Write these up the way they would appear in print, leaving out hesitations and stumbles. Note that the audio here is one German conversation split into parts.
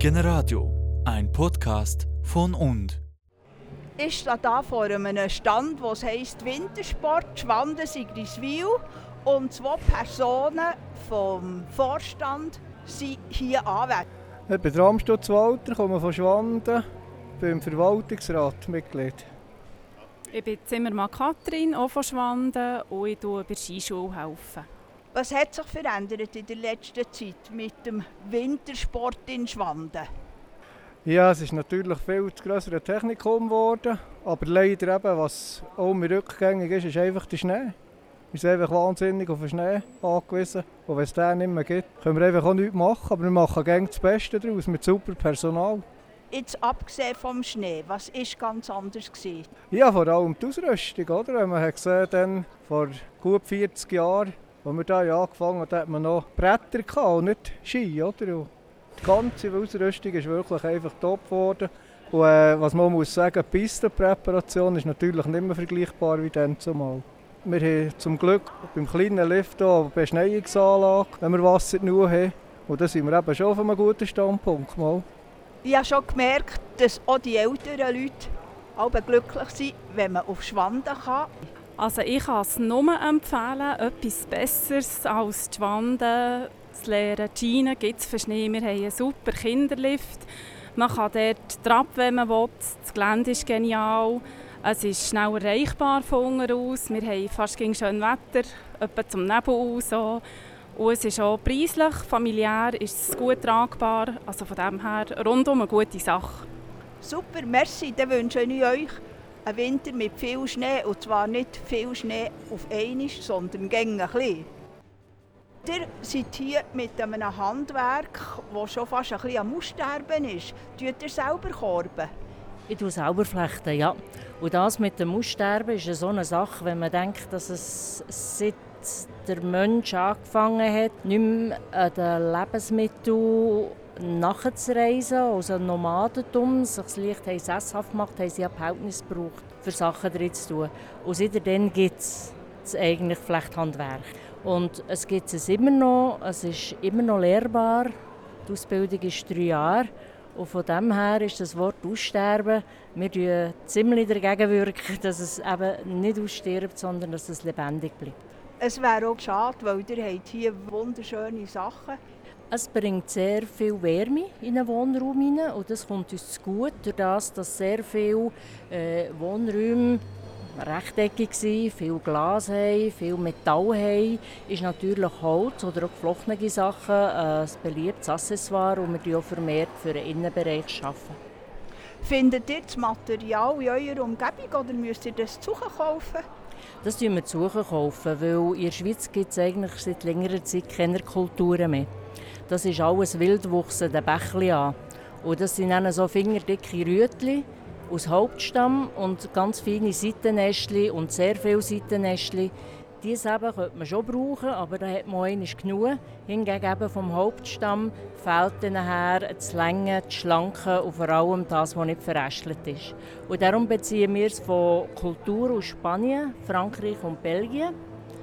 Generadio, ein Podcast von und. Ich stehe hier vor einem Stand, der heisst Wintersport Schwanden Sigriswil. Und 2 Personen vom Vorstand sind hier anwesend. Ich bin Ramstutz Walter, komme von Schwanden, bin im Verwaltungsrat Mitglied. Ich bin Zimmermann Kathrin, auch von Schwanden, und ich helfe bei der Skischule. Was hat sich verändert in der letzten Zeit mit dem Wintersport in Schwanden? Ja, es ist natürlich viel zu grössere Technikum geworden, aber leider eben, was auch mir rückgängig ist einfach der Schnee. Wir sind einfach wahnsinnig auf den Schnee angewiesen. Und wenn es den nicht mehr gibt, können wir einfach auch nichts machen. Aber wir machen gerne das Beste daraus mit super Personal. Jetzt abgesehen vom Schnee, was war ganz anders? Ja, vor allem die Ausrüstung. Oder? Wenn man hat gesehen, dann vor gut 40 Jahren, als wir hier angefangen haben, hat man noch Bretter gehabt und nicht Ski. Oder? Und die ganze Ausrüstung ist wirklich einfach top geworden. Und was man muss sagen, die Pistenpräparation ist natürlich nicht mehr vergleichbar wie dann zumal. Wir haben zum Glück beim kleinen Lift hier eine Beschneiungsanlage, wenn wir Wasser genug haben. Und da sind wir eben schon auf einem guten Standpunkt. Mal. Ich habe schon gemerkt, dass auch die älteren Leute alle glücklich sind, wenn man auf Schwanden kann. Also ich kann es nur empfehlen, etwas Besseres als die Schwanden zu lernen. Die Schienen gibt es für Schnee. Wir haben einen super Kinderlift. Man kann dort traben, wenn man will. Das Gelände ist genial. Es ist schnell erreichbar von unten aus. Wir haben fast schönes Wetter, etwa zum Nebel aus. Und es ist auch preislich, familiär ist es gut tragbar. Also von dem her rundum eine gute Sache. Super, merci. Dann wünsche ich euch einen Winter mit viel Schnee. Und zwar nicht viel Schnee auf einmal, sondern ein bisschen. Ihr seid hier mit einem Handwerk, das schon fast ein bisschen am Aussterben ist. Tut ihr selber Korben? Ich tue selber flechten, ja. Und das mit dem Aussterben ist so eine Sache, wenn man denkt, dass es seit der Mensch angefangen hat, nicht mehr an den Lebensmitteln nachzureisen, also Nomadentum, sich das leicht sesshaft gemacht, haben sie ein Behältnis gebraucht, für Sachen drin zu tun. Und seitdem gibt es das eigentlich Flechthandwerk. Und es gibt es immer noch, es ist immer noch lehrbar. Die Ausbildung ist 3 Jahre. Und von dem her ist das Wort Aussterben, wir wirken ziemlich dagegen wirken, dass es eben nicht ausstirbt, sondern dass es lebendig bleibt. Es wäre auch schade, weil ihr habt hier wunderschöne Sachen. Es bringt sehr viel Wärme in den Wohnraum hinein und das kommt uns zugute, durch das, dass sehr viele Wohnräume rechteckig sind, viel Glas haben, viel Metall haben, ist natürlich Holz oder auch geflochtene Sachen ein beliebtes Accessoire und wir arbeiten auch vermehrt für den Innenbereich. Findet ihr das Material in eurer Umgebung oder müsst ihr das kaufen? Das kaufen wir, weil in der Schweiz gibt es eigentlich seit längerer Zeit keine Kulturen mehr. Das ist alles wildwuchsende Bächli an. Und das sind dann so fingerdicke Rütli aus Hauptstamm und ganz feine Seitennäschli und sehr viele Seitennäschli. Diese eben könnte man schon brauchen, aber da hat man einmal genug. Hingegen eben vom Hauptstamm fehlt dann nachher das Länge, das Schlanke und vor allem das, was nicht verästelt ist. Und darum beziehen wir es von Kultur aus Spanien, Frankreich und Belgien,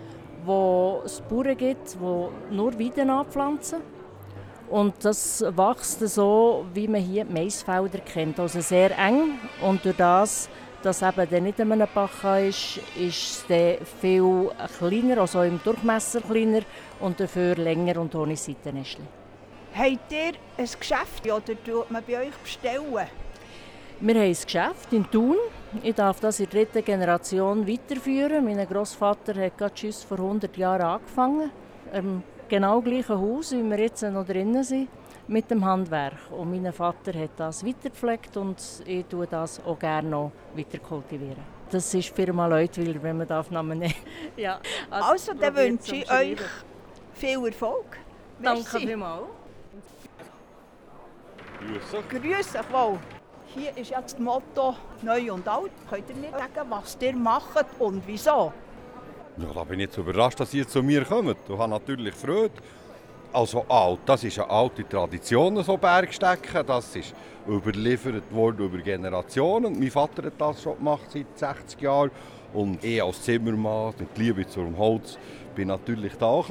wo es Bauern gibt, die nur Weiden anpflanzen. Und das wächst so, wie man hier die Maisfelder kennt, also sehr eng. Und durch das, dass eben dann nicht an einem Bach ist es dann viel kleiner, also im Durchmesser kleiner und dafür länger und ohne Seitennäschli. Habt ihr ein Geschäft oder tut man bei euch bestellen? Wir haben ein Geschäft in Thun. Ich darf das in der 3. Generation weiterführen. Mein Grossvater hat gerade schon vor 100 Jahren angefangen. Genau gleichen Haus, wie wir jetzt noch drinnen sind, mit dem Handwerk. Und mein Vater hat das weitergepflegt und ich tue das auch gerne noch weiter kultivieren. Das ist Firma Leutwiler, wenn man den Namen nennen darf. Ja, also dann wünsche ich euch viel Erfolg. Danke vielmals. Grüß euch wohl. Hier ist jetzt das Motto «Neu und alt». Könnt ihr mir sagen, was ihr macht und wieso? Ja, da bin ich jetzt überrascht, dass ihr zu mir kommt. Ich habe natürlich Freude. Also alt, das ist eine alte Tradition, so Bergstecken. Das ist überliefert worden über Generationen. Mein Vater hat das schon gemacht seit 60 Jahren. Und ich als Zimmermann, mit Liebe zum Holz, bin natürlich da auch ein bisschen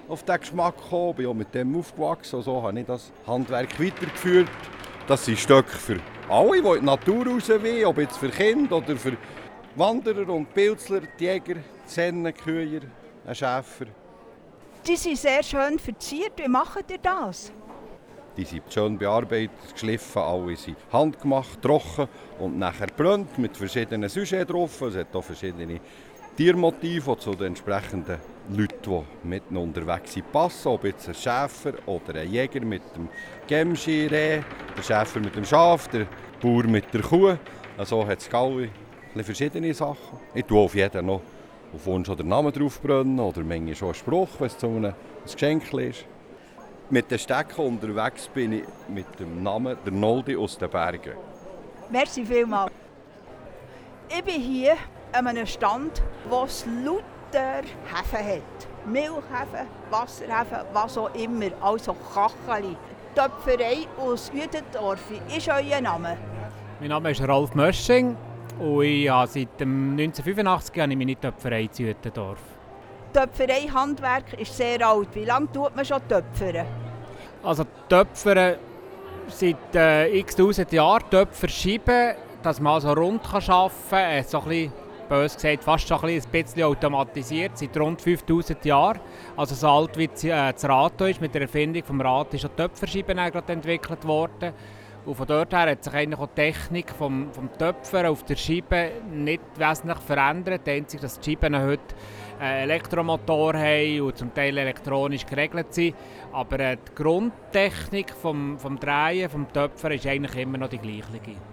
auf diesen Geschmack gekommen, bin auch mit dem aufgewachsen. Und so habe ich das Handwerk weitergeführt. Das sind Stöcke für alle, die in die Natur raus wollen, ob jetzt für Kinder oder für Wanderer und Pilzler, die Jäger, die Sennenküher, ein Schäfer. Die sind sehr schön verziert. Wie macht ihr das? Die sind schön bearbeitet, geschliffen, alle sind handgemacht, trocken und nachher gebrannt mit verschiedenen Sujets drauf. Es hat auch verschiedene Tiermotive, die zu den entsprechenden Leuten, die mitten unterwegs sind, passen. Ob jetzt ein Schäfer oder ein Jäger mit dem Gemschi-Reh, der Schäfer mit dem Schaf, der Bauer mit der Kuh. Also hat es alle verschiedene Sachen. Ich tue auf jeden noch auf Wunsch den Namen drauf brennen oder manchmal schon einen Spruch, wenn es zu einem Geschenk ist. Mit den Stecken unterwegs bin ich mit dem Namen der Noldi aus den Bergen. Merci vielmals. Ich bin hier an einem Stand, wo es lauter Häfen hat. Milchhäfen, Wasserhäfen, was auch immer. Also Kacheli. Die Töpferei aus Uetendorf. Wie ist euer Name? Mein Name ist Rolf Mösching und ich habe seit 1985 meine Töpferei in Uetendorf. Töpferei-Handwerk ist sehr alt. Wie lange tut man schon töpfern? Also Töpfern seit x tausend Jahren, Töpferscheiben, dass man also rund arbeiten kann, so ein bisschen, bös gesagt, fast schon ein bisschen automatisiert, seit rund 5000 Jahren. Also so alt wie das Rad ist, mit der Erfindung des Rad ist auch die Töpferscheibe gerade entwickelt worden. Und von dort her hat sich eigentlich auch die Technik vom Töpfern auf der Scheibe nicht wesentlich verändert. Das Einzige, dass die Scheiben heute Elektromotor haben und zum Teil elektronisch geregelt sind. Aber die Grundtechnik vom Drehen, vom Töpfern ist eigentlich immer noch die gleiche.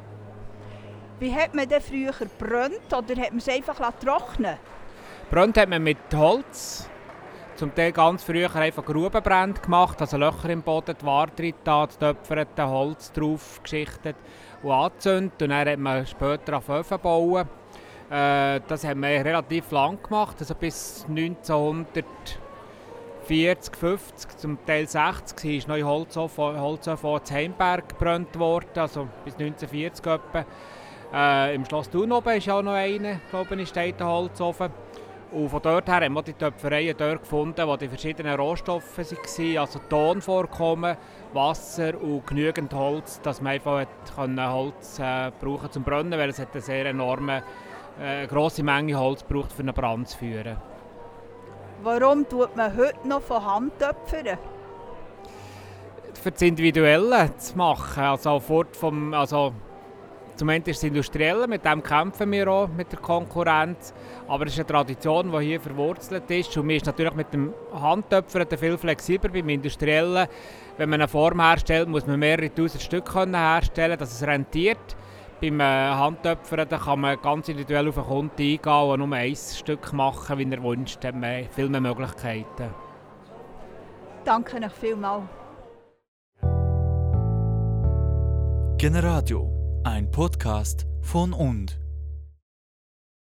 Wie hat man denn früher gebrannt oder hat man es einfach trocknen? Gebrannt hat man mit Holz. Zum Teil ganz früher einfach Grubenbrände gemacht, also Löcher im Boden, die Ware drin, das getöpferte Holz drauf geschichtet und angezündet. Und dann hat man später auf Öfen bauen. Das haben wir relativ lang gemacht, also bis 1940, 50, zum Teil 60 ist neue Holzofen in Heimberg gebrannt worden, also bis 1940 etwa. Im Schloss Thun oben ist auch noch einer, glaube ich, steht der Holzofen. Und von dort her haben wir die Töpfereien dort gefunden, wo die verschiedenen Rohstoffe waren, also Tonvorkommen, Wasser und genügend Holz, dass man einfach Holz brauchen zum Brennen, weil es hat eine sehr enorme, grosse Menge Holz braucht, für einen Brand zu führen. Warum tut man heute noch von Hand töpfern? Für das Individuelle zu machen, zum einen ist es Industrielle, mit dem kämpfen wir auch mit der Konkurrenz. Aber es ist eine Tradition, die hier verwurzelt ist. Und man ist natürlich mit dem Handtöpfern viel flexibler. Beim Industriellen, wenn man eine Form herstellt, muss man mehrere tausend Stück herstellen, dass es rentiert. Beim Handtöpfern kann man ganz individuell auf den Kunden eingehen und nur ein Stück machen, wie er wünscht. Dann hat man viel mehr Möglichkeiten. Danke euch vielmals. Generadio, ein Podcast von und.